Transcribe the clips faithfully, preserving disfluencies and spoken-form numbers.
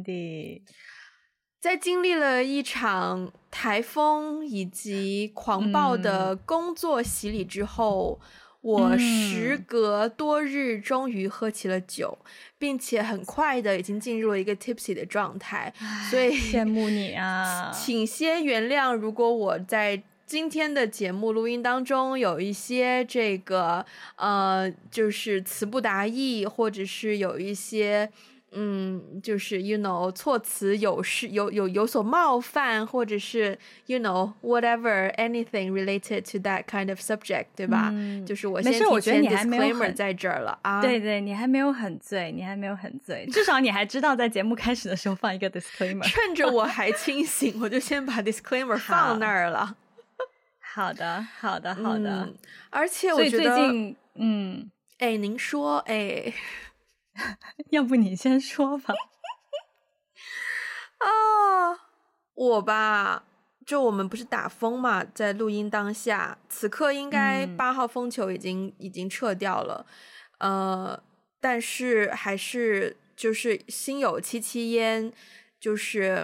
Wendy。 在经历了一场台风以及狂暴的工作洗礼之后、嗯、我时隔多日终于喝起了酒、嗯、并且很快的已经进入了一个 tipsy 的状态，所以羡慕你啊， 请先原谅如果我在今天的节目录音当中有一些这个呃就是词不达意，或者是有一些嗯，就是 you know 措辞有是有有有所冒犯，或者是 you know whatever anything related to that kind of subject， 对吧、嗯、就是我先提前 disclaimer 在这儿了啊。 对对，你还没有很醉，你还没有很醉，至少你还知道在节目开始的时候放一个 disclaimer。 趁着我还清醒我就先把 disclaimer 放那儿了。 好的好的好的、嗯、 而且我觉得所以最近嗯， 哎您说哎要不你先说吧。 啊，我吧，就我们不是打风嘛，在录音当下，此刻应该八号风球已经、嗯、已经撤掉了，呃，但是还是就是心有戚戚焉，就是，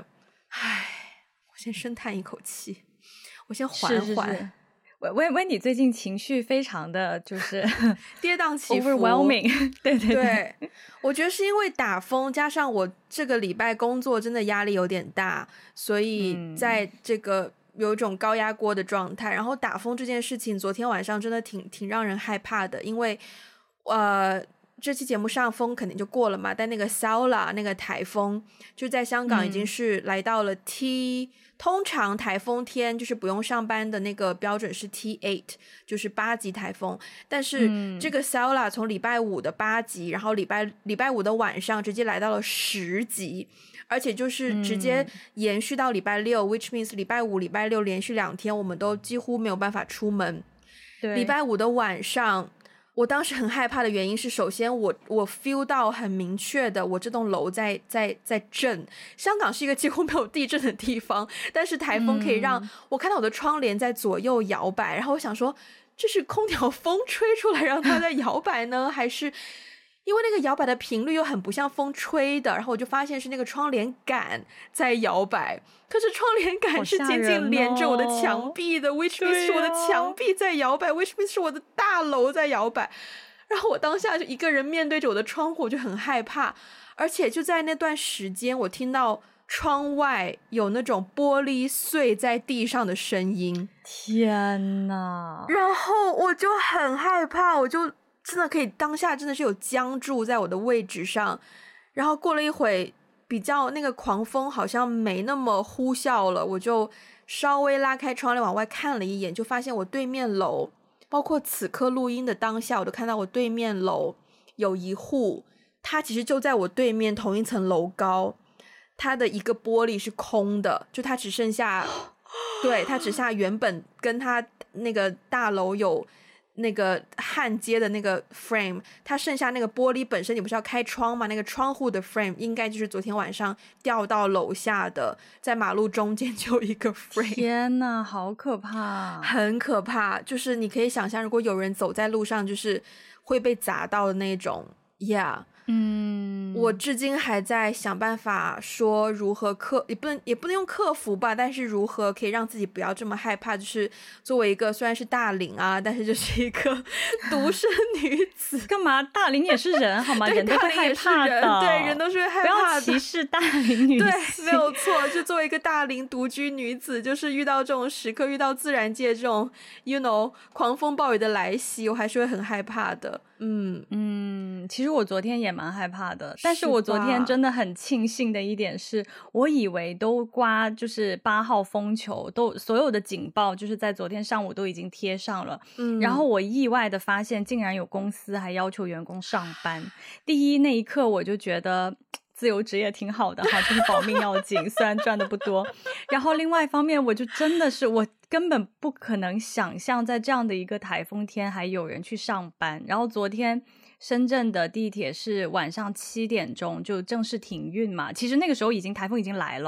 唉，我先深叹一口气，我先缓缓。 是是是，温温，你最近情绪非常的就是跌宕起伏 overwhelming。 对对对, 对我觉得是因为打风加上我这个礼拜工作真的压力有点大，所以在这个有一种高压锅的状态、嗯、然后打风这件事情昨天晚上真的挺挺让人害怕的，因为呃这期节目上风肯定就过了嘛，但那个 Saola 那个台风就在香港已经是来到了 T、嗯、通常台风天就是不用上班的那个标准是 T 八， 就是八级台风，但是这个 Saola 从礼拜五的八级，然后礼拜礼拜五的晚上直接来到了十级，而且就是直接延续到礼拜六、嗯、which means 礼拜五礼拜六连续两天我们都几乎没有办法出门。对，礼拜五的晚上我当时很害怕的原因是，首先我我 feel 到很明确的我这栋楼在在在震，香港是一个几乎没有地震的地方，但是台风可以让我看到我的窗帘在左右摇摆、嗯、然后我想说这是空调风吹出来让它在摇摆呢还是因为那个摇摆的频率又很不像风吹的，然后我就发现是那个窗帘杆在摇摆，可是窗帘杆是紧紧连着我的墙壁的、哦、which means 是我的墙壁在摇摆、啊、which means 是我的大楼在摇摆，然后我当下就一个人面对着我的窗户，我就很害怕，而且就在那段时间我听到窗外有那种玻璃碎在地上的声音， 天哪， 然后我就很害怕，我就真的可以当下真的是有僵住在我的位置上，然后过了一会比较那个狂风好像没那么呼啸了，我就稍微拉开窗帘往外看了一眼，就发现我对面楼，包括此刻录音的当下我都看到我对面楼有一户，它其实就在我对面同一层楼高，它的一个玻璃是空的，就它只剩下对，它只剩下原本跟它那个大楼有那个焊接的那个 frame， 它剩下那个玻璃本身你不是要开窗吗，那个窗户的 frame 应该就是昨天晚上掉到楼下的，在马路中间就有一个 frame。 天哪，好可怕， 很可怕，就是你可以想象如果有人走在路上就是会被砸到的那种 yeah。嗯，我至今还在想办法说如何克也不能也不能用克服吧，但是如何可以让自己不要这么害怕，就是作为一个虽然是大龄啊但是就是一个独生女子干嘛，大龄也是人好吗？人都会害怕的， 对，人都是会害怕的， 不要歧视大龄女性。 对，没有错，就作为一个大龄独居女子，就是遇到这种时刻，遇到自然界这种 you know 狂风暴雨的来袭，我还是会很害怕的。嗯嗯，其实我昨天也蛮害怕的，但是我昨天真的很庆幸的一点是，我以为都刮就是八号风球，都所有的警报就是在昨天上午都已经贴上了，嗯，然后我意外的发现竟然有公司还要求员工上班。第一，那一刻我就觉得自由职业挺好的哈，就是保命要紧，虽然赚的不多。然后另外一方面，我就真的是我根本不可能想象在这样的一个台风天还有人去上班。然后昨天深圳的地铁是晚上七点钟就正式停运嘛，其实那个时候已经台风已经来了，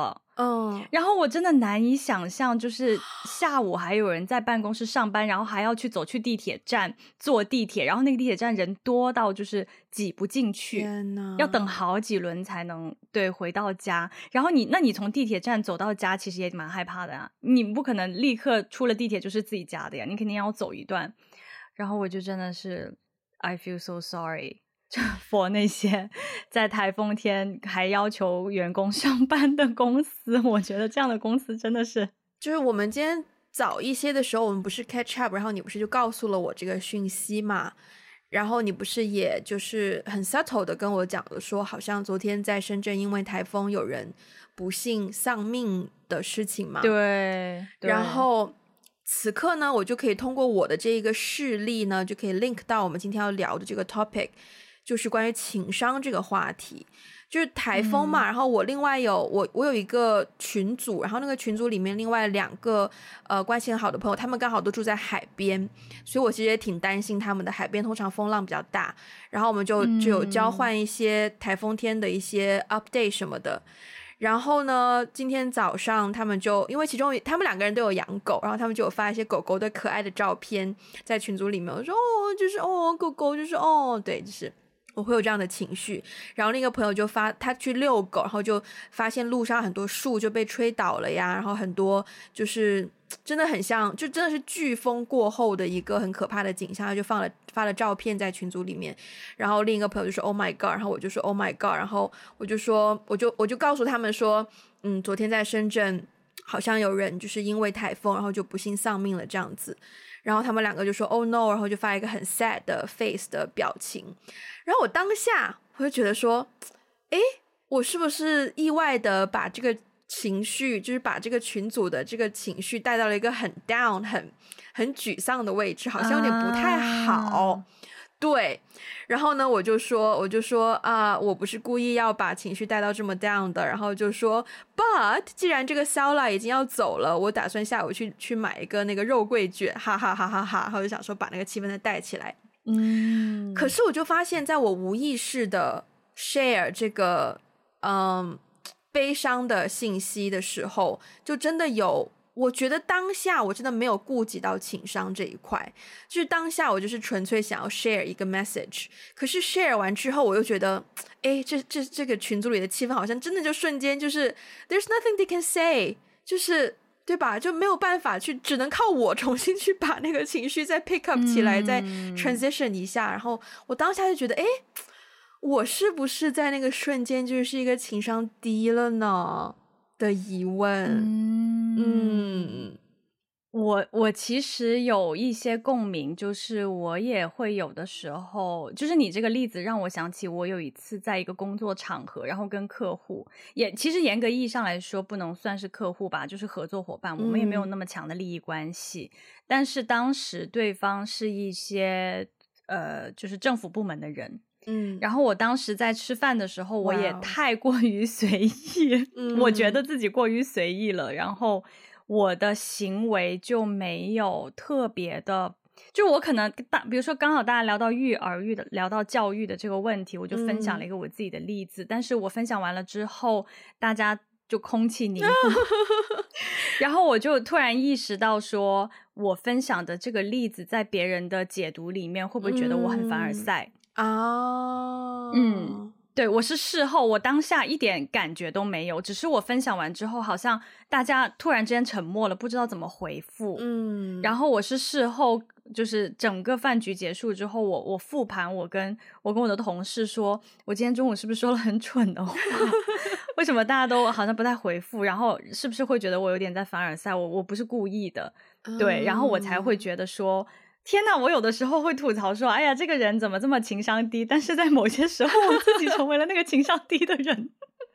嗯， 然后我真的难以想象，就是下午还有人在办公室上班，然后还要去走去地铁站坐地铁，然后那个地铁站人多到就是挤不进去， 天哪， 要等好几轮才能对回到家。然后你那你从地铁站走到家其实也蛮害怕的呀，你不可能立刻出了地铁就是自己家的呀，你肯定要走一段。然后我就真的是 I feel so sorry for 那些在台风天还要求员工上班的公司，我觉得这样的公司真的是， 就是我们今天早一些的时候我们不是 catch up， 然后你不是就告诉了我这个讯息嘛，然后你不是也就是很 subtle 的跟我讲了说好像昨天在深圳因为台风有人不幸丧命的事情嘛， 对，对， 然后此刻呢我就可以通过我的这个事例呢就可以 link 到我们今天要聊的这个 topic，就是关于情商这个话题，就是台风嘛、嗯、然后我另外有我我有一个群组，然后那个群组里面另外两个呃关系很好的朋友，他们刚好都住在海边，所以我其实也挺担心他们的，海边通常风浪比较大，然后我们就就有交换一些台风天的一些 update 什么的。然后呢今天早上他们就因为其中他们两个人都有养狗，然后他们就有发一些狗狗的可爱的照片在群组里面，我说哦就是哦狗狗就是哦对就是我会有这样的情绪。然后那个朋友就发他去遛狗，然后就发现路上很多树就被吹倒了呀，然后很多就是真的很像就真的是飓风过后的一个很可怕的景象，他就放了发了照片在群组里面。然后另一个朋友就说 Oh my god， 然后我就说 Oh my god， 然后我就说我就我就告诉他们说嗯，昨天在深圳好像有人就是因为台风然后就不幸丧命了这样子。然后他们两个就说 Oh no， 然后就发一个很 sad 的 face 的表情。然后我当下我就觉得说诶我是不是意外的把这个情绪就是把这个群组的这个情绪带到了一个很 down 很很沮丧的位置，好像有点不太好、啊、对。然后呢我就说我就说啊，我不是故意要把情绪带到这么 down 的，然后就说 but 既然这个 Sala 已经要走了，我打算下午去去买一个那个肉桂卷，哈哈哈哈哈，然后就想说把那个气氛再带起来。 嗯， 可是我就发现在我无意识的 share 这个嗯悲伤的信息的时候，就真的有我觉得当下我真的没有顾及到情商这一块，就是当下我就是纯粹想要 share 一个 message， 可是 share 完之后我又觉得诶这这这个群组里的气氛好像真的就瞬间就是 there's nothing they can say， 就是对吧，就没有办法去只能靠我重新去把那个情绪再 pick up 起来、嗯、再 transition 一下。然后我当下就觉得诶我是不是在那个瞬间就是一个情商低了呢的疑问。嗯, 嗯我我其实有一些共鸣，就是我也会有的时候，就是你这个例子让我想起我有一次在一个工作场合，然后跟客户也其实严格意义上来说不能算是客户吧，就是合作伙伴，我们也没有那么强的利益关系、嗯、但是当时对方是一些呃就是政府部门的人， 嗯， 然后我当时在吃饭的时候我也太过于随意、嗯、我觉得自己过于随意了，然后我的行为就没有特别的，就我可能大比如说刚好大家聊到育儿育的聊到教育的这个问题，我就分享了一个我自己的例子、嗯、但是我分享完了之后大家就空气凝固然后我就突然意识到说我分享的这个例子在别人的解读里面会不会觉得我很凡尔赛啊？ 嗯，对，我是事后，我当下一点感觉都没有，只是我分享完之后好像大家突然之间沉默了，不知道怎么回复。 嗯， 然后我是事后就是整个饭局结束之后，我我复盘，我跟我跟我的同事说我今天中午是不是说了很蠢的话为什么大家都好像不太回复，然后是不是会觉得我有点在凡尔赛，我我不是故意的、嗯、对，然后我才会觉得说天哪，我有的时候会吐槽说哎呀这个人怎么这么情商低，但是在某些时候我自己成为了那个情商低的人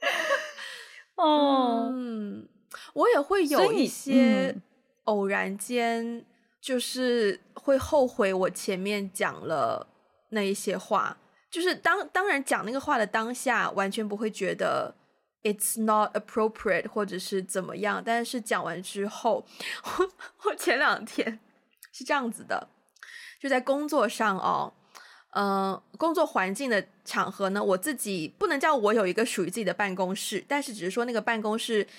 哦，嗯，我也会有一些偶然间就是会后悔我前面讲了那一些话，就是当当然讲那个话的当下完全不会觉得 it's not appropriate 或者是怎么样，但是讲完之后我我前两天是这样子的，就在工作上哦，嗯、呃，工作环境的场合呢，我自己不能叫我有一个属于自己的办公室，但是只是说那个办公室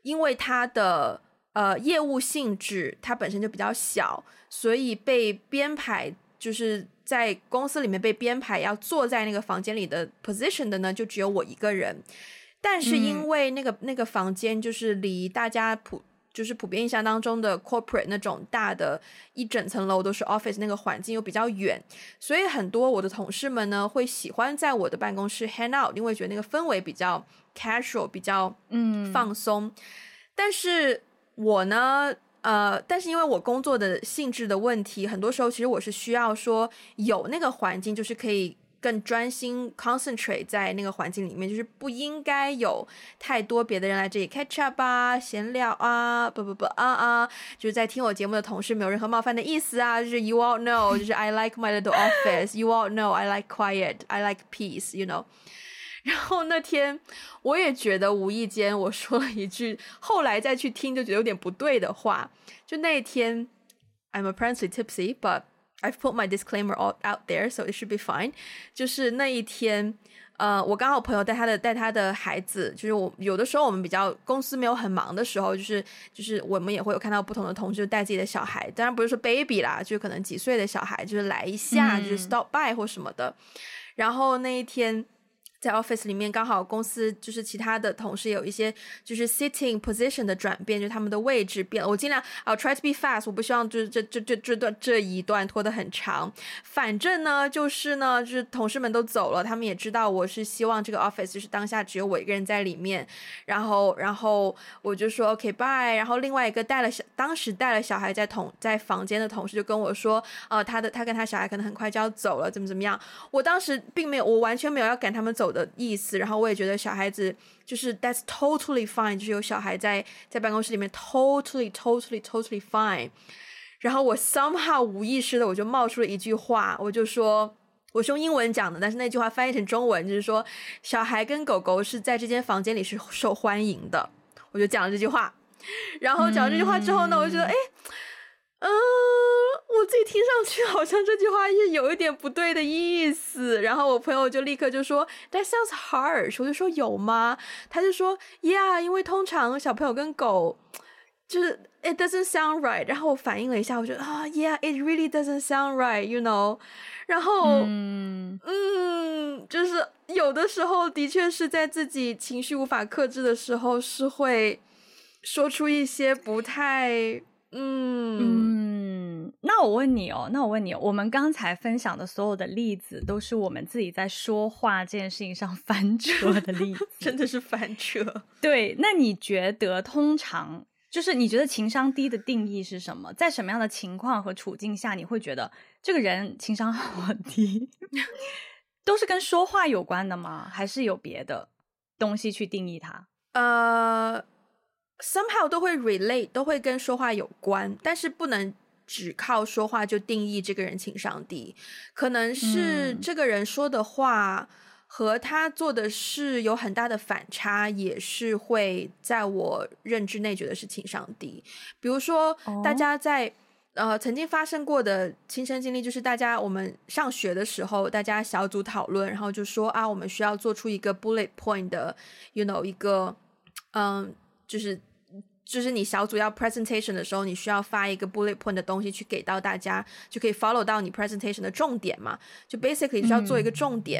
因为它的呃业务性质它本身就比较小，所以被编排就是在公司里面被编排要坐在那个房间里的 position 的呢就只有我一个人。但是因为那个、嗯、那个房间就是离大家普就是普遍印象当中的 corporate 那种大的一整层楼都是 office 那个环境又比较远，所以很多我的同事们呢会喜欢在我的办公室 hang out， 因为觉得那个氛围比较 casual 比较放松、嗯、但是我呢呃，但是因为我工作的性质的问题，很多时候其实我是需要说有那个环境，就是可以更专心 concentrate 在那个环境里面，就是不应该有太多别的人来这里 catch up 啊闲聊啊不不不啊啊就是在听我节目的同事没有任何冒犯的意思啊，就是 you all know 就是 I like my little office you all know I like quiet I like peace you know。 然后那天我也觉得无意间我说了一句后来再去听就觉得有点不对的话，就那一天 I'm apparently tipsy but I've put my disclaimer all out there so it should be fine。 就是那一天呃，我刚好朋友带他的带他的孩子，就是我有的时候我们比较公司没有很忙的时候，就是就是我们也会有看到不同的同事带自己的小孩，当然不是说 baby 啦，就可能几岁的小孩就是来一下、嗯、就是 stop by 或什么的。然后那一天在 office 里面刚好公司就是其他的同事有一些就是 sitting position 的转变，就是他们的位置变了，我尽量 I'll try to be fast， 我不希望就是这这这这段这一段拖得很长。反正呢就是呢就是同事们都走了，他们也知道我是希望这个 office 就是当下只有我一个人在里面，然后然后我就说 OK bye， 然后另外一个带了小当时带了小孩在同在房间的同事就跟我说呃他的他跟他小孩可能很快就要走了怎么怎么样。我当时并没有我完全没有要赶他们走的意思，然后我也觉得小孩子就是 that's totally fine， 就是有小孩在在办公室里面 totally totally totally fine。 然后我 somehow 无意识的我就冒出了一句话，我就说我是用英文讲的，但是那句话翻译成中文就是说小孩跟狗狗是在这间房间里是受欢迎的，我就讲了这句话。然后讲了这句话之后呢、嗯、我就觉得哎嗯、呃，我自己听上去好像这句话是有一点不对的意思，然后我朋友就立刻就说 That sounds harsh， 我就说有吗？他就说 Yeah， 因为通常小朋友跟狗就是 It doesn't sound right， 然后我反应了一下，我就啊、oh, Yeah it really doesn't sound right you know。 然后嗯嗯，就是有的时候的确是在自己情绪无法克制的时候是会说出一些不太嗯嗯，那我问你哦，那我问你、哦，我们刚才分享的所有的例子都是我们自己在说话这件事情上翻车的例子， 真的是翻车。 对，那你觉得通常就是你觉得情商低的定义是什么？在什么样的情况和处境下你会觉得这个人情商好低？都是跟说话有关的吗？还是有别的东西去定义它？ 呃。somehow 都会 relate， 都会跟说话有关，但是不能只靠说话就定义这个人情商低，可能是这个人说的话和他做的事有很大的反差，也是会在我认知内觉得是情商低。比如说大家在、哦、呃曾经发生过的亲身经历，就是大家我们上学的时候大家小组讨论，然后就说啊我们需要做出一个 bullet point 的 you know 一个嗯就是就是你小组要 presentation 的时候，你需要发一个 bullet point 的东西去给到大家，就可以 follow 到你 presentation 的重点嘛，就 basically 是要做一个重点。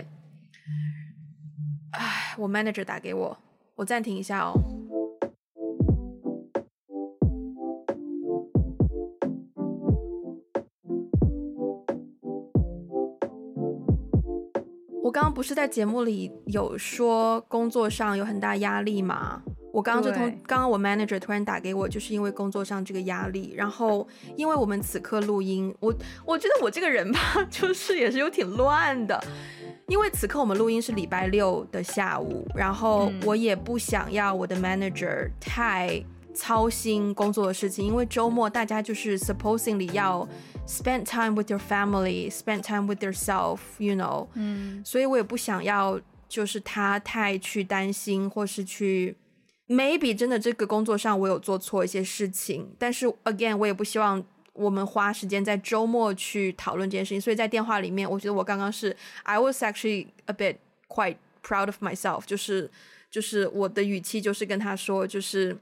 唉、嗯，我 manager 打给我，我暂停一下哦。我刚刚不是在节目里有说工作上有很大压力吗？我刚刚就通刚刚我 manager 突然打给我，就是因为工作上这个压力，然后因为我们此刻录音，我我觉得我这个人吧就是也是有挺乱的，因为此刻我们录音是礼拜六的下午，然后我也不想要我的 manager 太操心工作的事情，因为周末大家就是 supposingly 要 spend time with your family spend time with yourself you know、嗯、所以我也不想要就是他太去担心，或是去 maybe 真的这个工作上我有做错一些事情，但是 again 我也不希望我们花时间在周末去讨论这件事情，所以在电话里面我觉得我刚刚是 I was actually a bit quite proud of myself， 就是就是我的语气就是跟他说就是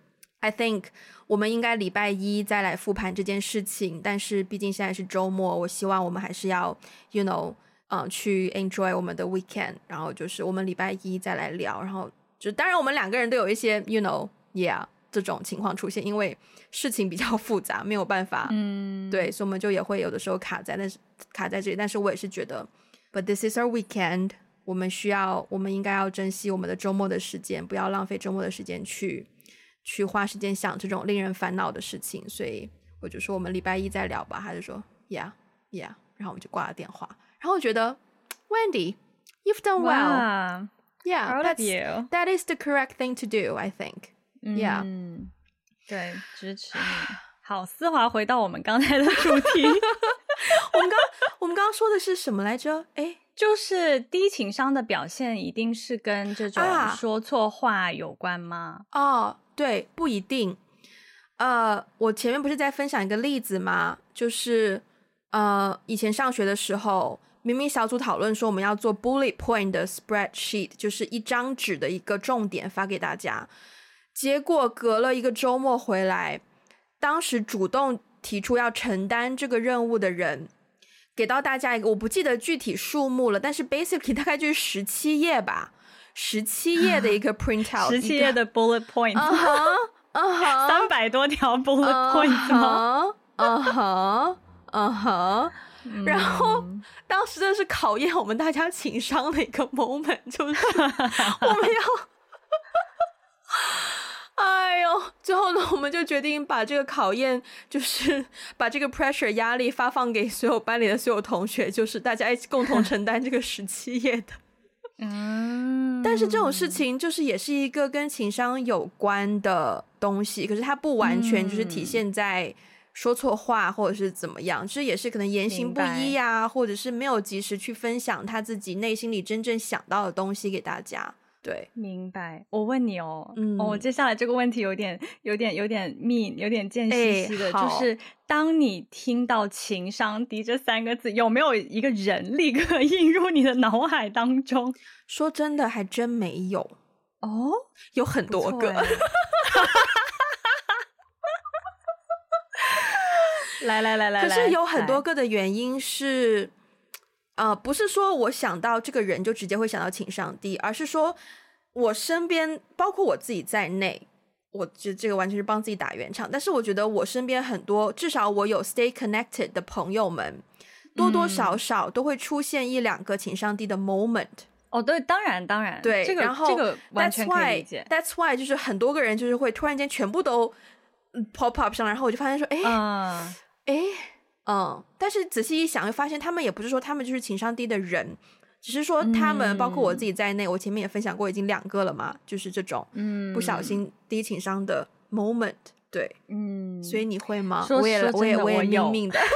I think 我们应该礼拜一再来复盘这件事情，但是毕竟现在是周末，我希望我们还是要 you know 嗯，去 enjoy 我们的 weekend， 然后就是我们礼拜一再来聊，然后就当然我们两个人都有一些 you know yeah 这种情况出现，因为事情比较复杂，没有办法，嗯，对，所以我们就也会有的时候卡在但是卡在这里，但是我也是觉得 but this is our weekend， 我们需要我们应该要珍惜我们的周末的时间，不要浪费周末的时间去去花时间想这种令人烦恼的事情，所以我就说我们礼拜一再聊吧，他就说 yeah yeah， 然后我们就挂了电话，然后我觉得 Wendy you've done well， wow, yeah proud that's, of you. that is the correct thing to do I think， yeah， 嗯，对，支持你。好，思华回到我们刚才的主题我们刚我们刚刚说的是什么来着？诶， 就是低情商的表现一定是跟这种说错话有关吗？ 啊、哦，对，不一定。呃，我前面不是在分享一个例子吗？就是呃，以前上学的时候，明明小组讨论说我们要做 bullet point 的 spreadsheet， 就是一张纸的一个重点发给大家，结果隔了一个周末回来，当时主动提出要承担这个任务的人给到大家一个，我不记得具体数目了，但是 basically 大概就是十七页吧，十七页的一个 printout， 十七页的 bullet point， 嗯哼，嗯哼， 三百多条 bullet point 吗？ 嗯哼，嗯哼，然后当时真的是考验我们大家情商的一个 moment， 就是我们要哎呦，之后呢我们就决定把这个考验，就是把这个 pressure 压力发放给所有班里的所有同学，就是大家一起共同承担这个十七页的嗯，但是这种事情就是也是一个跟情商有关的东西，可是它不完全就是体现在说错话或者是怎么样，就是也是可能言行不一啊，或者是没有及时去分享他自己内心里真正想到的东西给大家。对， 明白。我问你哦，嗯，哦，接下来这个问题有点、有点、有点 mean， 有点贱兮兮的，就是当你听到情商低这三个字，有没有一个人立刻映入你的脑海当中？ 说真的，还真没有哦， 有很多个。 来来来来， 可是有很多个的原因是。呃，不是说我想到这个人就直接会想到情商低，而是说我身边包括我自己在内，我觉得这个完全是帮自己打圆场，但是我觉得我身边很多，至少我有 stay connected 的朋友们，多多少少都会出现一两个情商低的 moment。 哦，对，当然当然， 对， 这个然后这个完全可以理解。 That's why 就是很多个人就是会突然间全部都 pop up 上来，然后我就发现说，哎，哎、嗯。嗯，但是仔细一想，会发现他们也不是说他们就是情商低的人，只是说他们、嗯、包括我自己在内，我前面也分享过已经两个了嘛，就是这种不小心低情商的 moment。对，嗯，所以你会吗？ 我也我也我也明明的。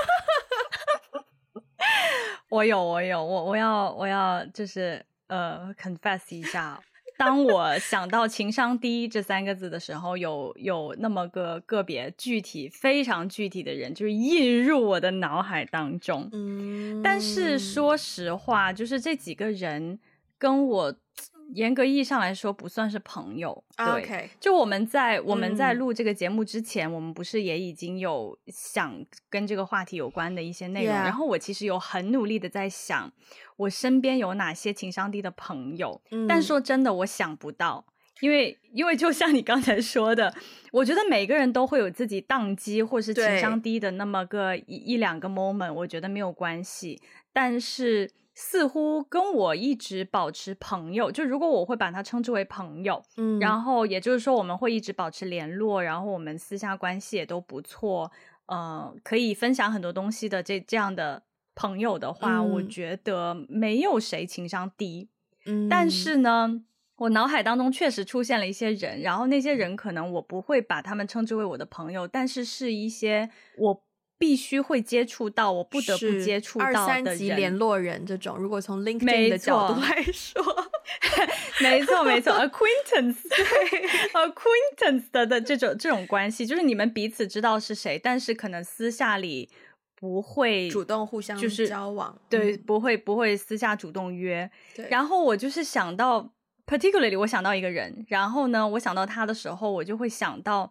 我有我有我我要我要就是呃 confess 一下。当我想到情商低这三个字的时候，有有那么个个别具体非常具体的人就是映入我的脑海当中、嗯、但是说实话就是这几个人跟我严格意义上来说不算是朋友。对、 okay. 就我们在我们在录这个节目之前、嗯、我们不是也已经有想跟这个话题有关的一些内容、yeah. 然后我其实有很努力的在想我身边有哪些情商低的朋友、嗯、但说真的我想不到，因为因为就像你刚才说的，我觉得每个人都会有自己宕机或是情商低的那么个一一两个 moment， 我觉得没有关系，但是似乎跟我一直保持朋友，就如果我会把它称之为朋友、嗯、然后也就是说我们会一直保持联络，然后我们私下关系也都不错，呃，可以分享很多东西的这这样的朋友的话、嗯、我觉得没有谁情商低、嗯、但是呢我脑海当中确实出现了一些人，然后那些人可能我不会把他们称之为我的朋友，但是是一些我必须会接触到我不得不接触到的人，二三级联络人这种，如果从 LinkedIn 的角度来说没错没错acquaintance acquaintance 的, 的这种这种关系，就是你们彼此知道是谁，但是可能私下里不会主动互相交往、 就是、对、嗯、不会不会私下主动约。然后我就是想到 particularly 我想到一个人，然后呢我想到他的时候我就会想到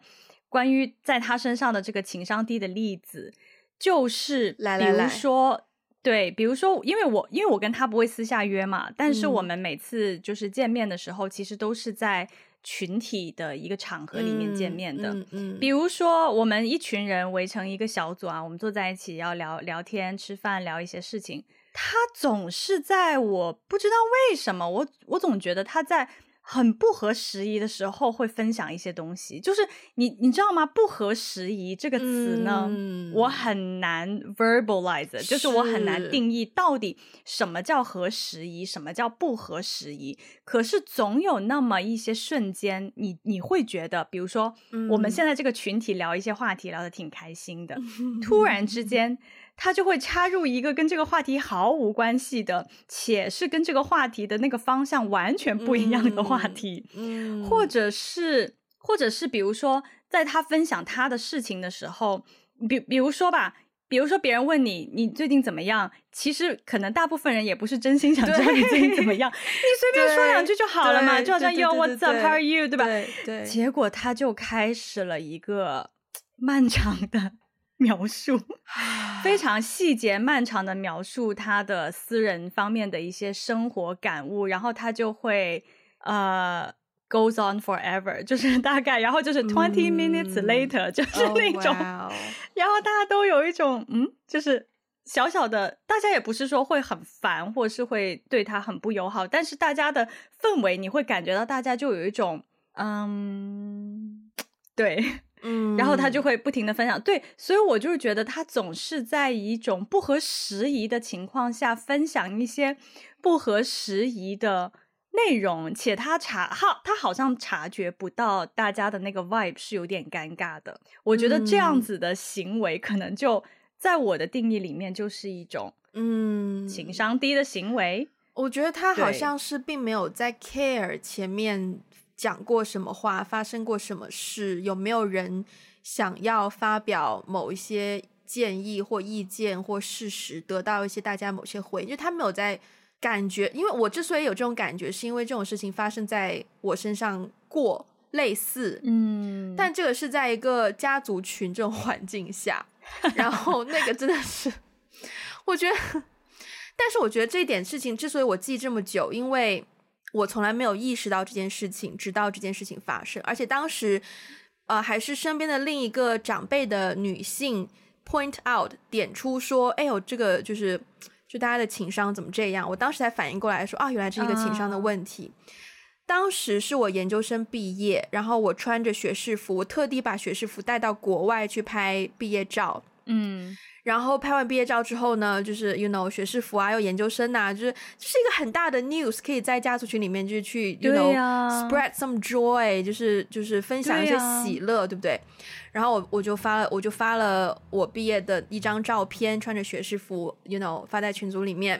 关于在他身上的这个情商低的例子，就是来来来比如说对，比如说因为我因为我跟他不会私下约嘛，但是我们每次就是见面的时候、嗯、其实都是在群体的一个场合里面见面的。 嗯嗯嗯、 比如说我们一群人围成一个小组啊，我们坐在一起要聊聊天吃饭聊一些事情，他总是在我不知道为什么我我总觉得他在很不合时宜的时候会分享一些东西，就是你你知道吗？不合时宜这个词呢、嗯、我很难 verbalize， 就是我很难定义到底什么叫合时宜，什么叫不合时宜。可是总有那么一些瞬间你你会觉得，比如说、嗯、我们现在这个群体聊一些话题聊得挺开心的、嗯、突然之间他就会插入一个跟这个话题毫无关系的，且是跟这个话题的那个方向完全不一样的话题、嗯嗯、或者是或者是比如说在他分享他的事情的时候，比比如说吧比如说别人问你你最近怎么样，其实可能大部分人也不是真心想知道你最近怎么样，你随便说两句就好了嘛，就好像 Yo what's up how are you 对吧？ 对对， 结果他就开始了一个漫长的描述，非常细节漫长的描述他的私人方面的一些生活感悟，然后他就会呃 goes on forever， 就是大概然后就是 twenty minutes later、嗯、就是那种、oh, wow. 然后大家都有一种嗯就是小小的，大家也不是说会很烦或是会对他很不友好，但是大家的氛围你会感觉到大家就有一种嗯对嗯，然后他就会不停的分享，对，所以我就是觉得他总是在一种不合时宜的情况下分享一些不合时宜的内容，且他察他他好像察觉不到大家的那个 vibe 是有点尴尬的。我觉得这样子的行为可能就在我的定义里面就是一种嗯情商低的行为。 我觉得他好像是并没有在 care 前面讲过什么话，发生过什么事，有没有人想要发表某一些建议或意见或事实，得到一些大家某些回应，就他没有在感觉，因为我之所以有这种感觉是因为这种事情发生在我身上过类似，嗯，但这个是在一个家族群这种环境下，然后那个真的是我觉得但是我觉得这一点事情之所以我记这么久，因为我从来没有意识到这件事情，直到这件事情发生，而且当时呃，还是身边的另一个长辈的女性 point out 点出说，哎呦，这个就是就大家的情商怎么这样，我当时才反应过来说啊，原来这是一个情商的问题、uh. 当时是我研究生毕业，然后我穿着学士服，我特地把学士服带到国外去拍毕业照，嗯，然后拍完毕业照之后呢，就是 you know 学士服啊，又研究生啊，就是就是一个很大的 news， 可以在家族群里面就是去 you know、啊、spread some joy， 就是就是分享一些喜乐， 对,、啊、对不对？然后我我就发了我就发了我毕业的一张照片，穿着学士服 you know 发在群组里面，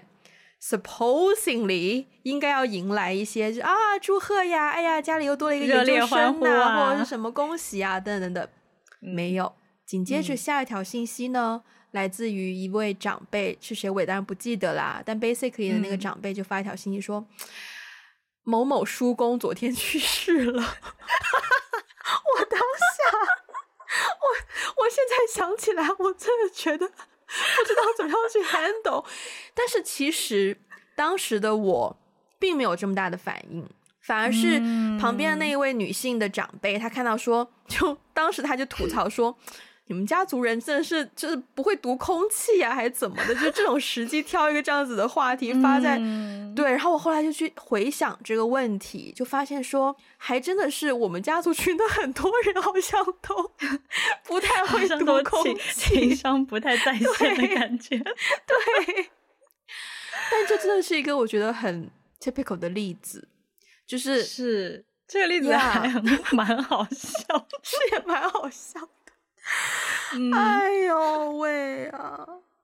supposedly 应该要迎来一些就啊祝贺呀，哎呀家里又多了一个研究生啊，或者是什么恭喜啊等等等等、嗯、没有。紧接着下一条信息呢、嗯、来自于一位长辈，是谁我当然不记得啦，但 basically 的那个长辈就发一条信息说、嗯、某某叔公昨天去世了我当下我我现在想起来我真的觉得不知道怎么样去 handle 但是其实当时的我并没有这么大的反应，反而是旁边的那一位女性的长辈、嗯、她看到说，就当时她就吐槽说你们家族人真的是就是不会读空气啊还是怎么的，就这种时机挑一个这样子的话题发在、嗯、对，然后我后来就去回想这个问题，就发现说还真的是我们家族群的很多人好像都不太会读空气， 情商不太在线的感觉对, 对但这真的是一个我觉得很 typical 的例子，就是是这个例子还蛮好笑是也蛮好笑的嗯、哎呦喂啊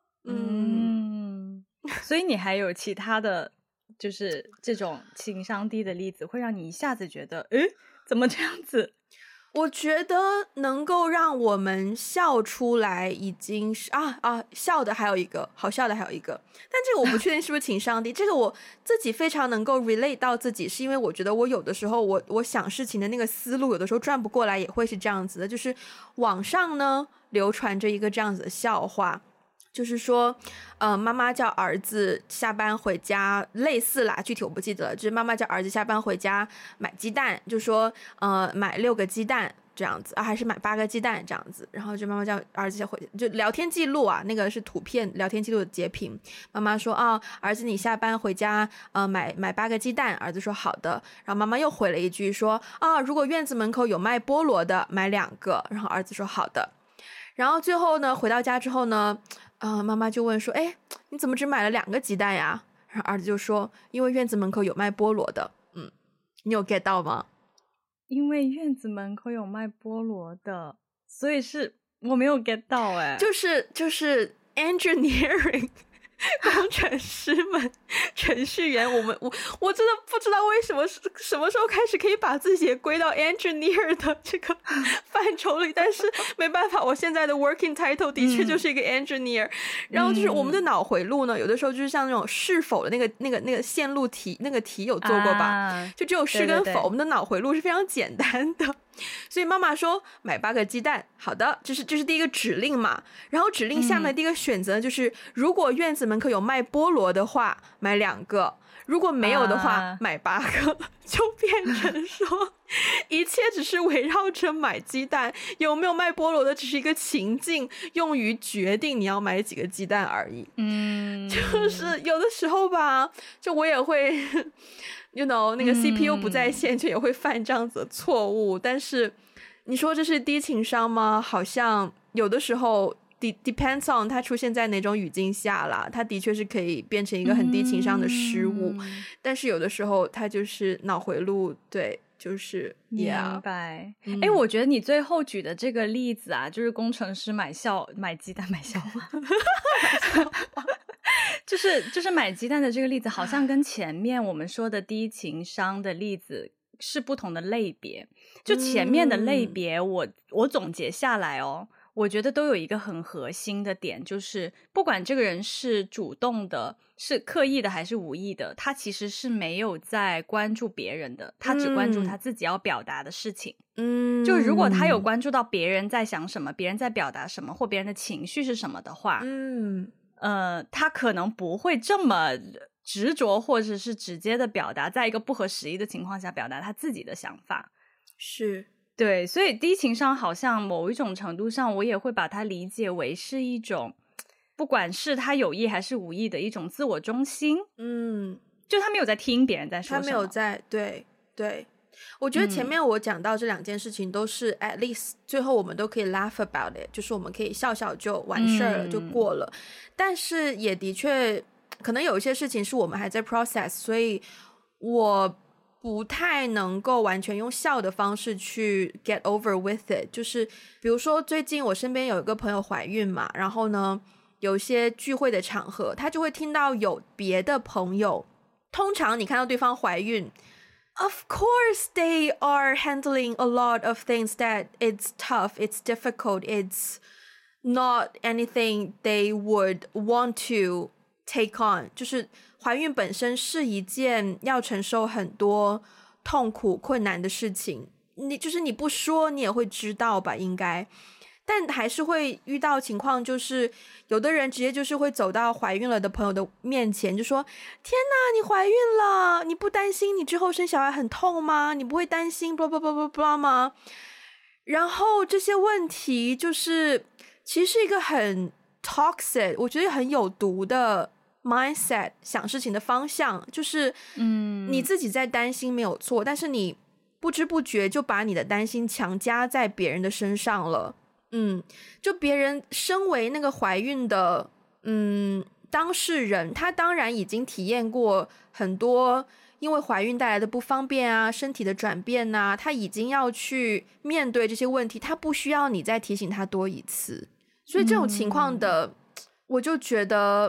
嗯, 嗯所以你还有其他的就是这种情商低的例子会让你一下子觉得诶怎么这样子？ 我觉得能够让我们笑出来已经是啊啊笑的还有一个好笑的还有一个，但这个我不确定是不是情商低这个我自己非常能够 relate 到自己，是因为我觉得我有的时候我我想事情的那个思路有的时候转不过来，也会是这样子的。就是网上呢流传着一个这样子的笑话，就是说呃，妈妈叫儿子下班回家，类似啦，具体我不记得了，就是妈妈叫儿子下班回家买鸡蛋，就说呃买六个鸡蛋这样子啊，还是买八个鸡蛋这样子，然后就妈妈叫儿子回就聊天记录啊，那个是图片聊天记录的截屏，妈妈说啊，儿子你下班回家呃买买八个鸡蛋，儿子说好的，然后妈妈又回了一句说啊，如果院子门口有卖菠萝的买两个，然后儿子说好的，然后最后呢回到家之后呢呃，妈妈就问说哎，你怎么只买了两个鸡蛋呀？然后儿子就说因为院子门口有卖菠萝的。嗯，你有 get 到吗？ 因为院子门口有卖菠萝的，所以是我没有 get 到哎， 就是就是 engineering 工程师们程序员，我们我我真的不知道为什么什么时候开始可以把自己归到 engineer 的这个范畴里，但是没办法，我现在的 working title 的确就是一个 engineer、嗯、然后就是我们的脑回路呢有的时候就是像那种是否的那个那个那个线路题，那个题有做过吧、啊、就只有是跟否，对对对，我们的脑回路是非常简单的，所以妈妈说买八个鸡蛋，好的，这是这是第一个指令嘛，然后指令下面的第一个选择就是、嗯、如果院子门口有卖菠萝的话买两个，如果没有的话、啊、买八个，就变成说一切只是围绕着买鸡蛋，有没有卖菠萝的只是一个情境，用于决定你要买几个鸡蛋而已。嗯，就是有的时候吧，就我也会you know 那个 C P U 不在线、嗯、就也会犯这样子的错误，但是你说这是低情商吗？好像有的时候 depends on 它出现在哪种语境下啦，它的确是可以变成一个很低情商的失误、嗯、但是有的时候它就是脑回路，对，就是明白。哎、嗯，我觉得你最后举的这个例子啊，就是工程师买笑买鸡蛋买笑话就是就是买鸡蛋的这个例子好像跟前面我们说的低情商的例子是不同的类别，就前面的类别我、嗯、我总结下来哦，我觉得都有一个很核心的点，就是不管这个人是主动的是刻意的还是无意的，他其实是没有在关注别人的，他只关注他自己要表达的事情。嗯，就如果他有关注到别人在想什么，别人在表达什么，或别人的情绪是什么的话，嗯呃，他可能不会这么执着或者是直接的表达，在一个不合时宜的情况下表达他自己的想法。 是， 对，所以低情商好像某一种程度上我也会把它理解为是一种不管是他有意还是无意的一种自我中心。嗯，就他没有在听别人在说什么， 他没有在，对对，我觉得前面我讲到这两件事情都是 at least 最后我们都可以 laugh about it， 就是我们可以笑笑就完事儿了、嗯、就过了，但是也的确可能有一些事情是我们还在 process， 所以我不太能够完全用笑的方式去 get over with it。 就是比如说最近我身边有一个朋友怀孕嘛，然后呢有些聚会的场合他就会听到有别的朋友，通常你看到对方怀孕 of course they are handling a lot of things that it's tough, it's difficult, it's not anything they would want to take on， 就是怀孕本身是一件要承受很多痛苦困难的事情，你就是你不说你也会知道吧应该，但还是会遇到情况，就是有的人直接就是会走到怀孕了的朋友的面前就说天哪你怀孕了，你不担心你之后生小孩很痛吗？你不会担心 blah blah blah blah blah 吗？然后这些问题就是其实是一个很 toxic 我觉得很有毒的 mindset， 想事情的方向就是嗯，你自己在担心没有错，但是你不知不觉就把你的担心强加在别人的身上了。嗯，就别人身为那个怀孕的嗯当事人，他当然已经体验过很多因为怀孕带来的不方便啊，身体的转变啊，他已经要去面对这些问题，他不需要你再提醒他多一次。所以这种情况的、嗯、我就觉得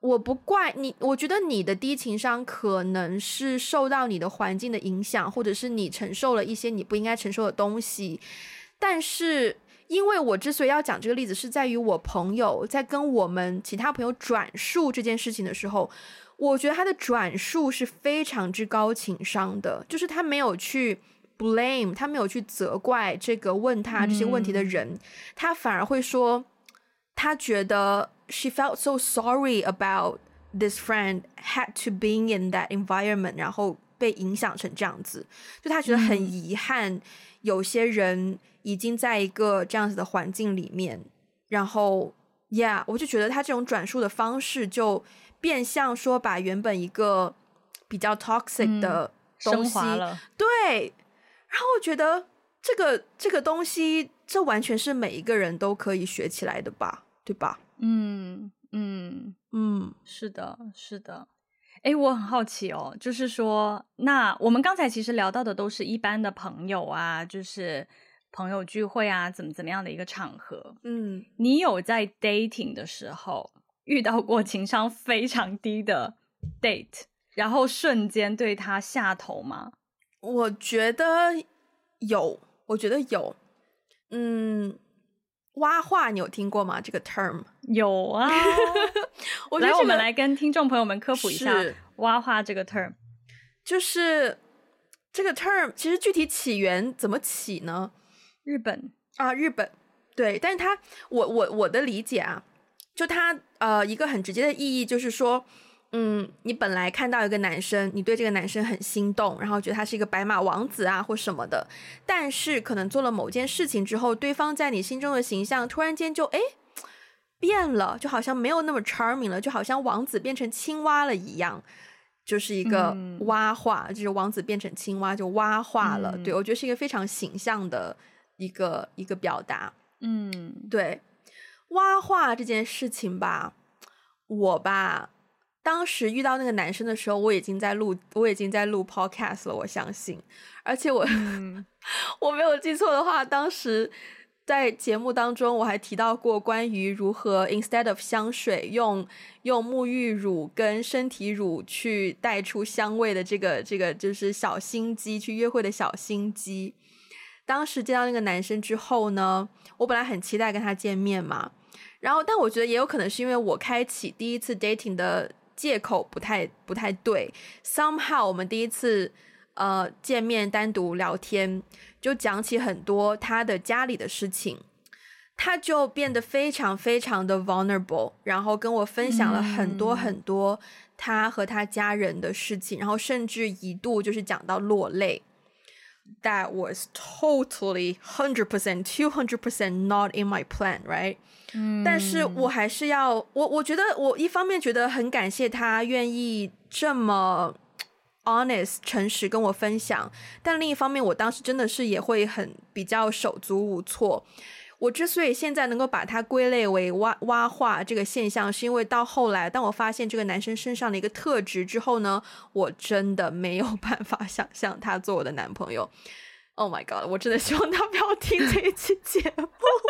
我不怪你，我觉得你的低情商可能是受到你的环境的影响，或者是你承受了一些你不应该承受的东西。但是因为我之所以要讲这个例子，是在于我朋友在跟我们其他朋友转述这件事情的时候，我觉得他的转述是非常之高情商的，就是他没有去 blame， 他没有去责怪这个问他这些问题的人、嗯、他反而会说他觉得 she felt so sorry about this friend had to being in that environment， 然后被影响成这样子，就他觉得很遗憾、嗯、有些人已经在一个这样子的环境里面，然后 yeah 我就觉得他这种转述的方式就变相说把原本一个比较 toxic 的东西、嗯、升华了，对，然后我觉得这个这个东西这完全是每一个人都可以学起来的吧，对吧？ 嗯嗯嗯， 是的是的。诶，我很好奇哦，就是说那我们刚才其实聊到的都是一般的朋友啊，就是朋友聚会啊怎么怎么样的一个场合， 嗯， 你有在 dating 的时候遇到过情商非常低的 date 然后瞬间对他下头吗？ 我觉得有，我觉得有。嗯，挖话你有听过吗？这个 term 有啊。 我觉得、这个、 来我们来跟听众朋友们科普一下挖话这个 term。 就是这个 term 其实具体起源怎么起呢？ 日本啊，日本，对，但是它我我我的理解啊，就它呃一个很直接的意义就是说，嗯，你本来看到一个男生，你对这个男生很心动，然后觉得他是一个白马王子啊或什么的，但是可能做了某件事情之后，对方在你心中的形象突然间就哎变了，就好像没有那么 charming 了，就好像王子变成青蛙了一样，就是一个蛙化、嗯、就是王子变成青蛙就蛙化了、嗯、对，我觉得是一个非常形象的一个一个表达。 嗯， 对，蛙化这件事情吧，我吧当时遇到那个男生的时候，我已经在录我已经在录 podcast 了，我相信，而且我、嗯、我没有记错的话，当时在节目当中我还提到过关于如何 instead of 香水用用沐浴乳跟身体乳去带出香味的这个这个就是小心机，去约会的小心机。当时见到那个男生之后呢，我本来很期待跟他见面嘛，然后但我觉得也有可能是因为我开启第一次 dating 的借口不太不太对， somehow 我们第一次呃见面单独聊天就讲起很多他的家里的事情，他就变得非常非常的 vulnerable， 然后跟我分享了很多很多他和他家人的事情、嗯、然后甚至一度就是讲到落泪。That was totally one hundred percent two hundred percent not in my plan, right? 嗯， 但是我还是要我我觉得我一方面觉得很感谢他愿意这么 honest 诚实跟我分享，但另一方面我当时真的是也会很比较手足无措。我之所以现在能够把它归类为蛙蛙化这个现象，是因为到后来当我发现这个男生身上的一个特质之后呢，我真的没有办法想象他做我的男朋友。 Oh my god， 我真的希望他不要听这一期节目。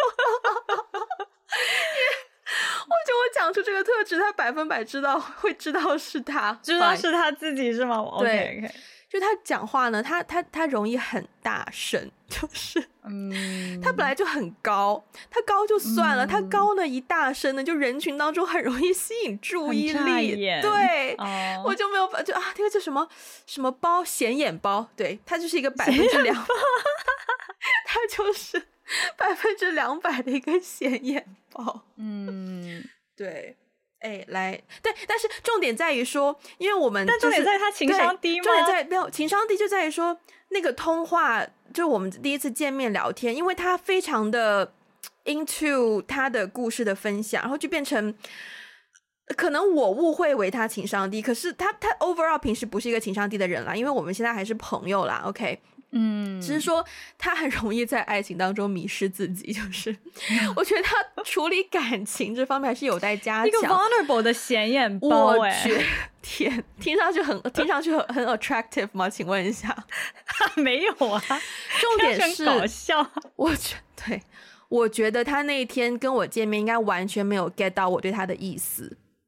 我觉得我讲出这个特质他百分百知道会知道是他， 知道是他自己是吗？ 对、 okay, okay. 就他讲话呢，他他他容易很大声，就是嗯， 他本来就很高，他高就算了、嗯、他高呢一大声呢，就人群当中很容易吸引注意力，对、哦、我就没有就啊那个叫什么什么包，显眼包，对，他就是一个百分之两他就是百分之两百的一个显眼包。 嗯， 对，哎，来，对，但是重点在于说，因为我们、就是、 但重点在于他情商低吗？ 重点在没有情商低，就在于说那个通话，就我们第一次见面聊天，因为他非常的 into 他的故事的分享，然后就变成可能我误会为他情商低，可是他他 overall 平时不是一个情商低的人啦，因为我们现在还是朋友啦 ，OK。 嗯， 只是说他很容易在爱情当中迷失自己，就是我觉得他处理感情这方面还是有待加强。 一个 vulnerable 的显眼包， 我觉得天，听上去很听上去很很 attractive 吗？请问一下， 没有啊。 重点是搞笑， 我觉得对，我觉得他那一天跟我见面应该完全没有 get 到我对他的意思。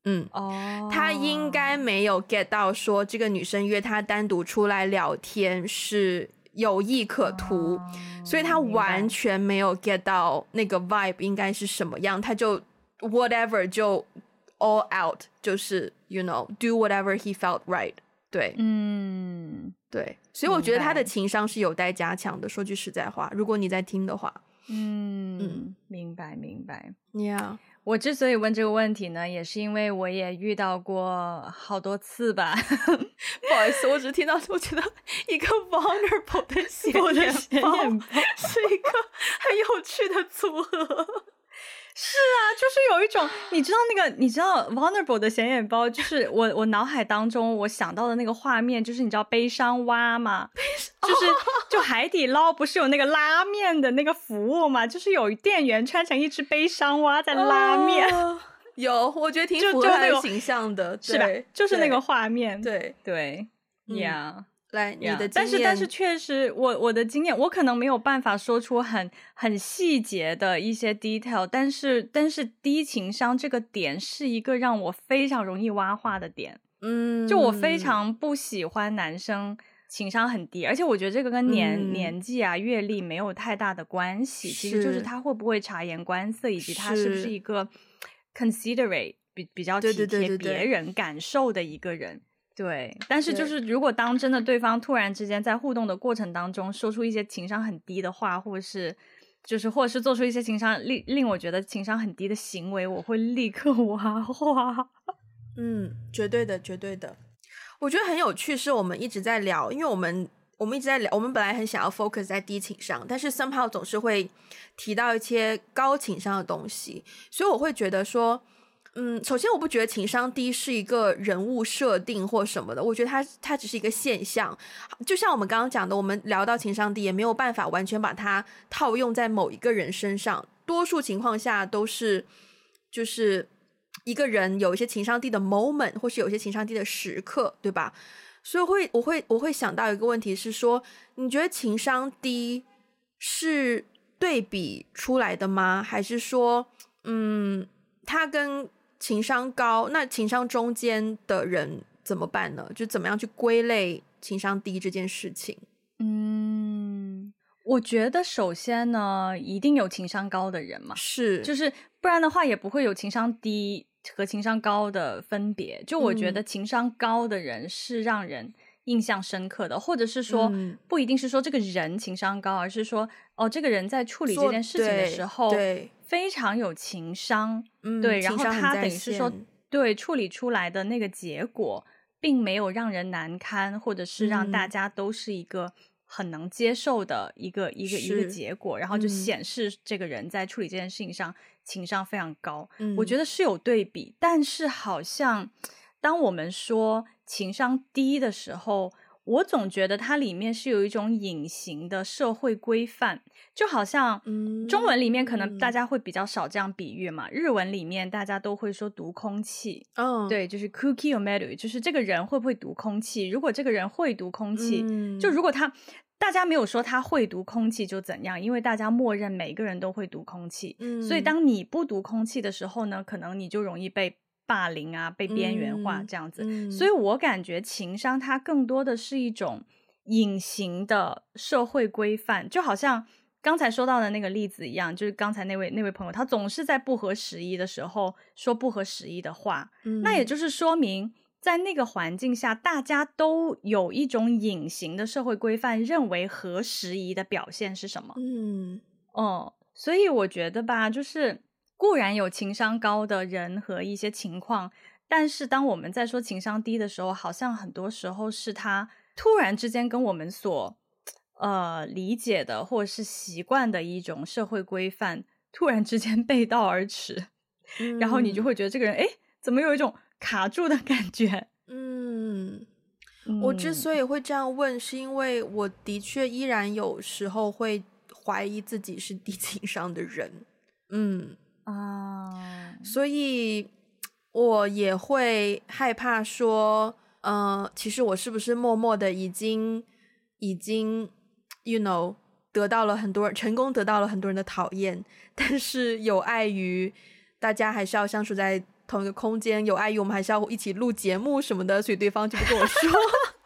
嗯， 哦， 他应该没有 get 到说这个女生约他单独出来聊天是有意可图， 哦， 所以他完全没有 get 到那个 vibe 应该是什么样，他就 whatever 就 all out， 就是 you know do whatever he felt right。 对， 嗯， 对，所以我觉得他的情商是有待加强的，说句实在话，如果你在听的话。 嗯嗯，明白明白。 Yeah， 我之所以问这个问题呢，也是因为我也遇到过好多次吧。 不好意思，我只听到我觉得一个 vulnerable 的显眼包是一个很有趣的组合。 是啊，就是有一种你知道那个你知道 vulnerable 的显眼包，就是我我脑海当中我想到的那个画面，就是你知道悲伤蛙吗？就是就海底捞不是有那个拉面的那个服务吗？就是有店员穿成一只悲伤蛙在拉面。 哦，有，我觉得挺符合他的形象的， 是吧？就是那个画面。 对对呀、 嗯，来你的经验。 但是但是确实我我的经验，我可能没有办法说出很很细节的一些 detail， 但是但是低情商这个点是一个让我非常容易挖话的点。 嗯， 就我非常不喜欢男生情商很低，而且我觉得这个跟年、嗯、年纪啊阅历没有太大的关系，其实就是他会不会察言观色，以及他是不是一个 considerate 比比较体贴别人感受的一个人。对，但是就是如果当真的对方突然之间在互动的过程当中说出一些情商很低的话，或者是就是或者是做出一些情商令令我觉得情商很低的行为，我会立刻挖话。 嗯，绝对的绝对的。我觉得很有趣是我们一直在聊，因为我们我们一直在聊，我们本来很想要 focus 在低情商，但是 somehow 总是会提到一些高情商的东西，所以我会觉得说嗯，首先我不觉得情商低是一个人物设定或什么的，我觉得它它只是一个现象。就像我们刚刚讲的，我们聊到情商低也没有办法完全把它套用在某一个人身上，多数情况下都是就是一个人有一些情商低的 moment， 或是有一些情商低的时刻，对吧？所以会我会我会想到一个问题是说，你觉得情商低是对比出来的吗？还是说嗯它跟情商高，那情商中间的人怎么办呢？就怎么样去归类情商低这件事情？ 嗯，我觉得首先呢，一定有情商高的人嘛， 是， 就是不然的话也不会有情商低和情商高的分别。就我觉得情商高的人是让人印象深刻的，嗯、或者是说、嗯、不一定是说这个人情商高，而是说哦，这个人在处理这件事情的时候， 对， 非常有情商， 嗯、 对，然后他等于是说，对，处理出来的那个结果，并没有让人难堪，或者是让大家都是一个很能接受的一个、嗯、一个一个结果，然后就显示这个人在处理这件事情上、嗯、情商非常高。嗯、我觉得是有对比，但是好像当我们说情商低的时候，我总觉得它里面是有一种隐形的社会规范，就好像中文里面可能大家会比较少这样比喻嘛，嗯、日文里面大家都会说读空气，哦、对，就是 kuki omeru， 就是这个人会不会读空气。如果这个人会读空气，嗯、就如果他大家没有说他会读空气就怎样，因为大家默认每个人都会读空气，嗯、所以当你不读空气的时候呢，可能你就容易被霸凌啊，被边缘化这样子，嗯嗯、所以我感觉情商它更多的是一种隐形的社会规范，就好像刚才说到的那个例子一样，就是刚才那位那位朋友，他总是在不合时宜的时候说不合时宜的话，嗯、那也就是说明在那个环境下大家都有一种隐形的社会规范，认为合时宜的表现是什么。嗯哦，所以我觉得吧，就是固然有情商高的人和一些情况，但是当我们在说情商低的时候，好像很多时候是他突然之间跟我们所呃理解的或者是习惯的一种社会规范突然之间背道而驰，嗯、然后你就会觉得这个人诶怎么有一种卡住的感觉。 嗯，我之所以会这样问，是因为我的确依然有时候会怀疑自己是低情商的人。嗯啊，所以我也会害怕说，呃，其实我是不是默默的已经已经 you know 得到了很多人成功得到了很多人的讨厌，但是有碍于大家还是要相处在同一个空间有碍于我们还是要一起录节目什么的，所以对方就不跟我说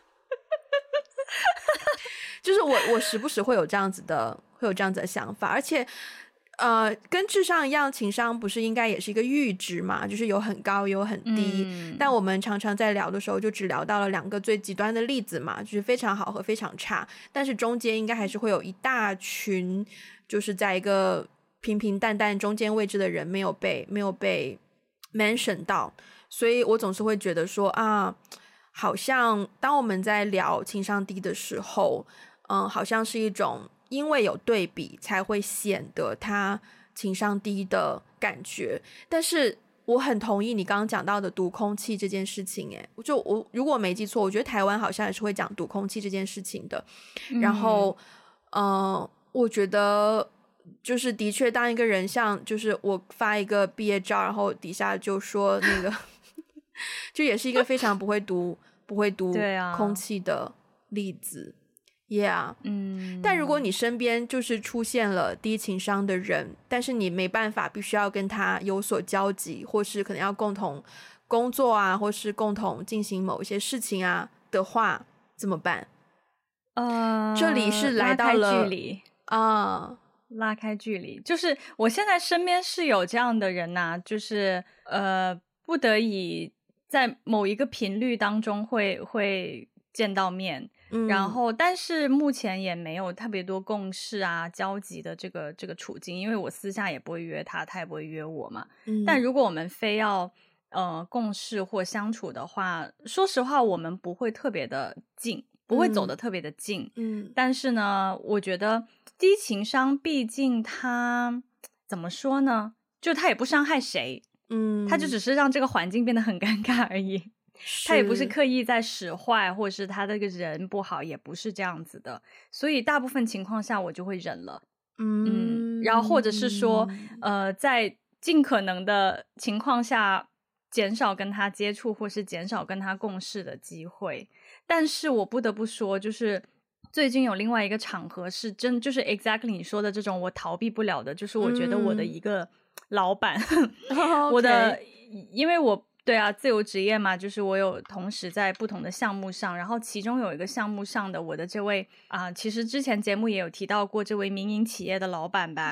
就是我我时不时会有这样子的会有这样子的想法，而且呃，跟智商一样，情商不是应该也是一个阈值嘛，就是有很高有很低、嗯、但我们常常在聊的时候就只聊到了两个最极端的例子嘛，就是非常好和非常差，但是中间应该还是会有一大群就是在一个平平淡淡中间位置的人没有被没有被 mention 到，所以我总是会觉得说啊，好像当我们在聊情商低的时候，嗯，好像是一种因为有对比才会显得他情商低的感觉。但是我很同意你刚刚讲到的读空气这件事情，诶，就我如果我没记错，我觉得台湾好像也是会讲读空气这件事情的。然后嗯、呃，我觉得就是的确当一个人像就是我发一个毕业照然后底下就说那个就也是一个非常不会读不会读空气的例子。Yeah， 嗯，但如果你身边就是出现了低情商的人，但是你没办法必须要跟他有所交集，或是可能要共同工作啊，或是共同进行某一些事情啊的话怎么办？呃，这里是来到了拉开距离啊，拉开距离，就是我现在身边是有这样的人呐、啊，就是呃，不得已在某一个频率当中会会见到面。嗯、然后但是目前也没有特别多共识啊交集的这个这个处境，因为我私下也不会约他，他也不会约我嘛、嗯、但如果我们非要呃共事或相处的话，说实话我们不会特别的近，不会走得特别的近。嗯，但是呢我觉得低情商毕竟他怎么说呢，就他也不伤害谁，嗯，他就只是让这个环境变得很尴尬而已，他也不是刻意在使坏，或者是他这个人不好，也不是这样子的，所以大部分情况下我就会忍了。 嗯, 嗯然后或者是说呃，在尽可能的情况下减少跟他接触，或是减少跟他共事的机会。但是我不得不说，就是最近有另外一个场合是真就是 exactly 你说的这种我逃避不了的，就是我觉得我的一个老板、嗯、我的因为我对啊，自由职业嘛，就是我有同时在不同的项目上，然后其中有一个项目上的我的这位啊、呃，其实之前节目也有提到过这位民营企业的老板吧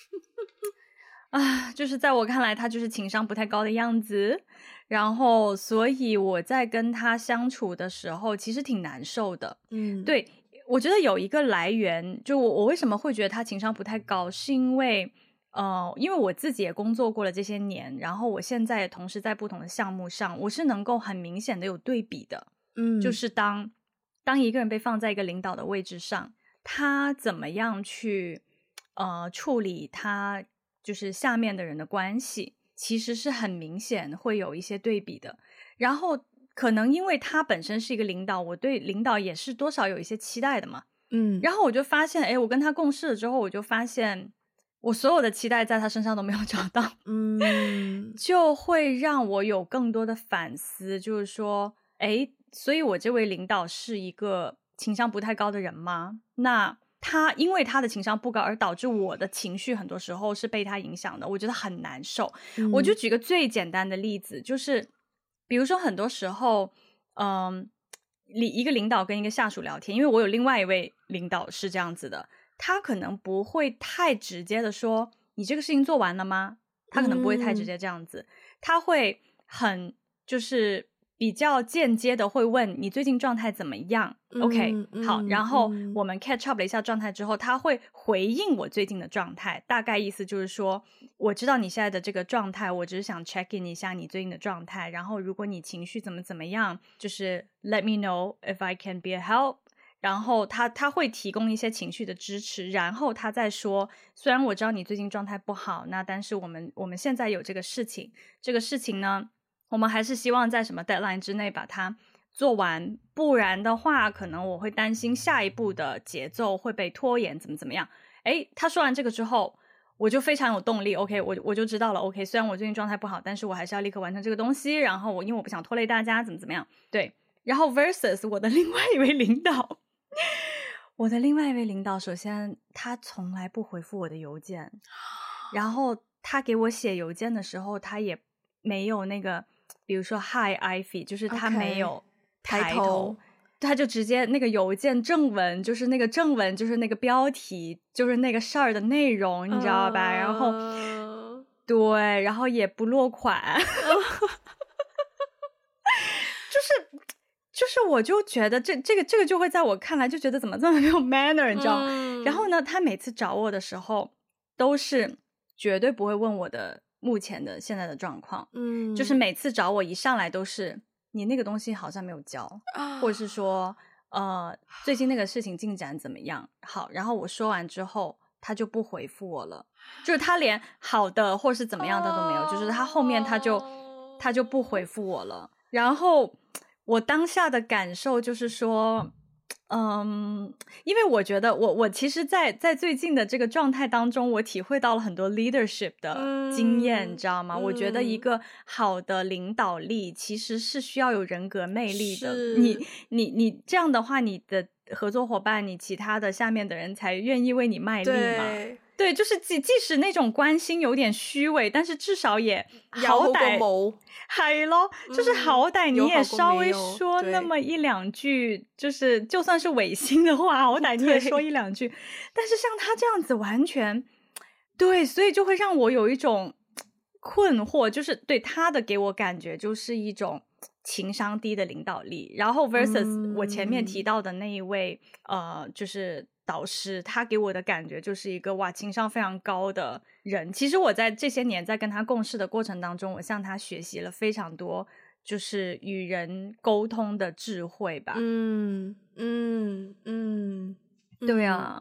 啊，就是在我看来他就是情商不太高的样子，然后所以我在跟他相处的时候其实挺难受的。嗯，对，我觉得有一个来源，就我我为什么会觉得他情商不太高，是因为呃，因为我自己也工作过了这些年，然后我现在也同时在不同的项目上，我是能够很明显的有对比的。嗯，就是当当一个人被放在一个领导的位置上，他怎么样去呃处理他就是下面的人的关系，其实是很明显会有一些对比的。然后可能因为他本身是一个领导，我对领导也是多少有一些期待的嘛。嗯，然后我就发现，哎，我跟他共事了之后，我就发现我所有的期待在他身上都没有找到，嗯，就会让我有更多的反思，就是说，诶，所以我这位领导是一个情商不太高的人吗？那他因为他的情商不高而导致我的情绪很多时候是被他影响的，我觉得很难受。嗯，我就举个最简单的例子，就是比如说很多时候嗯，一个领导跟一个下属聊天，因为我有另外一位领导是这样子的，他可能不会太直接的说你这个事情做完了吗？他可能不会太直接这样子，嗯，他会很就是比较间接的会问你最近状态怎么样。 OK，嗯，好，然后我们 catch up 了一下状态之后，他会回应我最近的状态，大概意思就是说我知道你现在的这个状态，我只是想 check in 一下你最近的状态，然后如果你情绪怎么怎么样，就是 let me know if I can be a help，然后他他会提供一些情绪的支持，然后他再说虽然我知道你最近状态不好，那但是我们我们现在有这个事情，这个事情呢我们还是希望在什么 deadline 之内把它做完，不然的话可能我会担心下一步的节奏会被拖延怎么怎么样。诶，他说完这个之后我就非常有动力 OK， 我我就知道了 OK， 虽然我最近状态不好，但是我还是要立刻完成这个东西，然后我因为我不想拖累大家怎么怎么样。对，然后 versus 我的另外一位领导我的另外一位领导，首先他从来不回复我的邮件，然后他给我写邮件的时候他也没有那个比如说 Hi Ivy 就是他没有抬头, okay, 抬头他就直接那个邮件正文就是那个正文就是那个标题就是那个事儿的内容你知道吧、uh... 然后对然后也不落款就是就是我就觉得这这个这个就会在我看来就觉得怎么这么没有 manner 你知道、嗯、然后呢他每次找我的时候都是绝对不会问我的目前的现在的状况，嗯，就是每次找我一上来都是你那个东西好像没有交、啊、或者是说呃最近那个事情进展怎么样好，然后我说完之后他就不回复我了，就是他连好的或是怎么样的都没有、哦、就是他后面他就他就不回复我了，然后我当下的感受就是说嗯，因为我觉得我我其实在在最近的这个状态当中我体会到了很多 leadership 的经验、嗯、你知道吗、嗯、我觉得一个好的领导力其实是需要有人格魅力的，你你你这样的话你的合作伙伴你其他的下面的人才愿意为你卖力嘛，对对，就是即即使那种关心有点虚伪，但是至少也好歹係咯，就是好歹你也稍微說那麼一兩句，就是就算是違心的話好歹你也說一兩句，但是像他這樣子完全對，所以就會讓我有一種困惑，就是對他的給我感覺就是一種情商低的領導力，然後 versus 我前面提到的那一位、嗯、呃，就是導師，他給我的感覺就是一個哇情商非常高的人。其實我在這些年在跟他共事的過程當中，我向他學習了非常多就是與人溝通的智慧吧。嗯嗯嗯，對啊。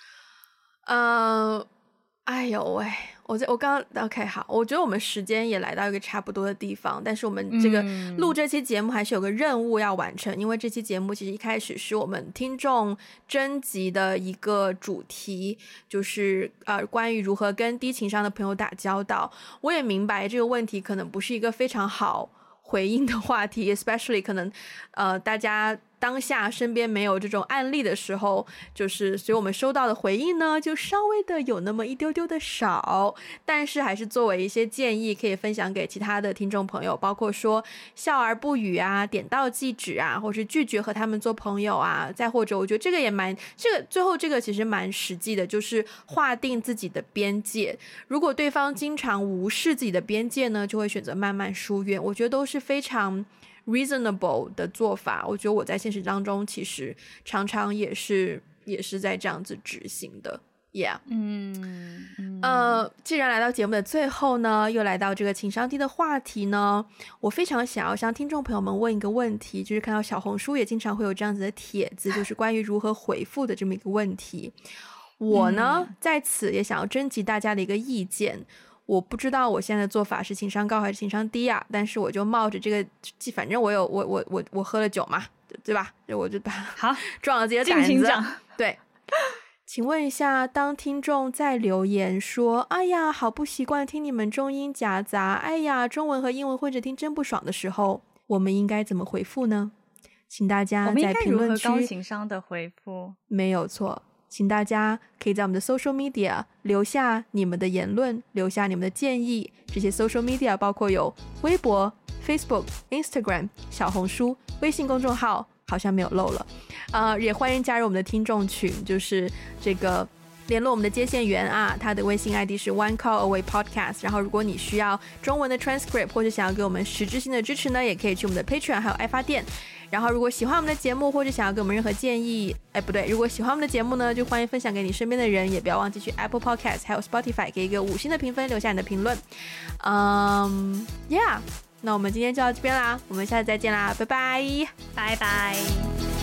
呃哎呦喂，我我剛剛 OK 好，我覺得我們時間也來到一個差不多的地方，但是我們這個錄這期節目還是有個任務要完成、嗯、因為這期節目其實一開始是我們聽眾徵集的一個主題，就是呃關於如何跟低情商的朋友打交道。我也明白這個問題可能不是一個非常好回應的話題 especially 可能呃大家當下身邊沒有這種案例的時候，就是所以我們收到的回應呢就稍微的有那麼一丟丟的少，但是還是作為一些建議可以分享給其他的聽眾朋友，包括說笑而不語啊，點到即止啊，或是拒絕和他們做朋友啊，再或者我覺得這個也蠻這個最後這個其實蠻實際的，就是劃定自己的邊界，如果對方經常無視自己的邊界呢，就會選擇慢慢疏遠，我覺得都是非常reasonable 的做法，我覺得我在現實當中其實常常也是也是在這樣子執行的 yeah 嗯, 嗯呃，既然來到節目的最後呢，又來到這個情商低的話題呢，我非常想要向聽眾朋友們問一個問題，就是看到小紅書也經常會有這樣子的帖子，就是關於如何回復的這麼一個問題，我呢、嗯、在此也想要徵集大家的一個意見，我不知道我現在的做法是情商高還是情商低啊，但是我就冒着這個反正我有我我我我喝了酒嘛，對吧，我就把好壯了自己的膽子，盡情講。對，請問一下，當聽眾在留言說哎呀好不習慣聽你們中英夾雜，哎呀中文和英文混着聽真不爽的時候，我們應該怎麼回復呢？請大家在評論區，我們應該如何高情商的回復？沒有錯，請大家可以在我們的 social media 留下你們的言論，留下你們的建議。這些 social media 包括有微博、Facebook、Instagram、小紅書、微信公眾號，好像沒有漏了。呃，也歡迎加入我們的聽眾群，就是這個聯絡我們的接線員啊，他的微信 I D 是 One Call Away Podcast。然後如果你需要中文的 transcript 或者想要給我們實質性的支持呢，也可以去我們的 Patreon 還有愛發電。然後如果喜歡我們的節目或者想要給我們任何建議，哎不對，如果喜歡我們的節目呢，就歡迎分享給你身邊的人，也不要忘記去 Apple Podcast 還有 Spotify 給一個五星的評分，留下你的評論。嗯 yeah 那我們今天就到這邊啦，我們下次再見啦，拜拜， 拜拜。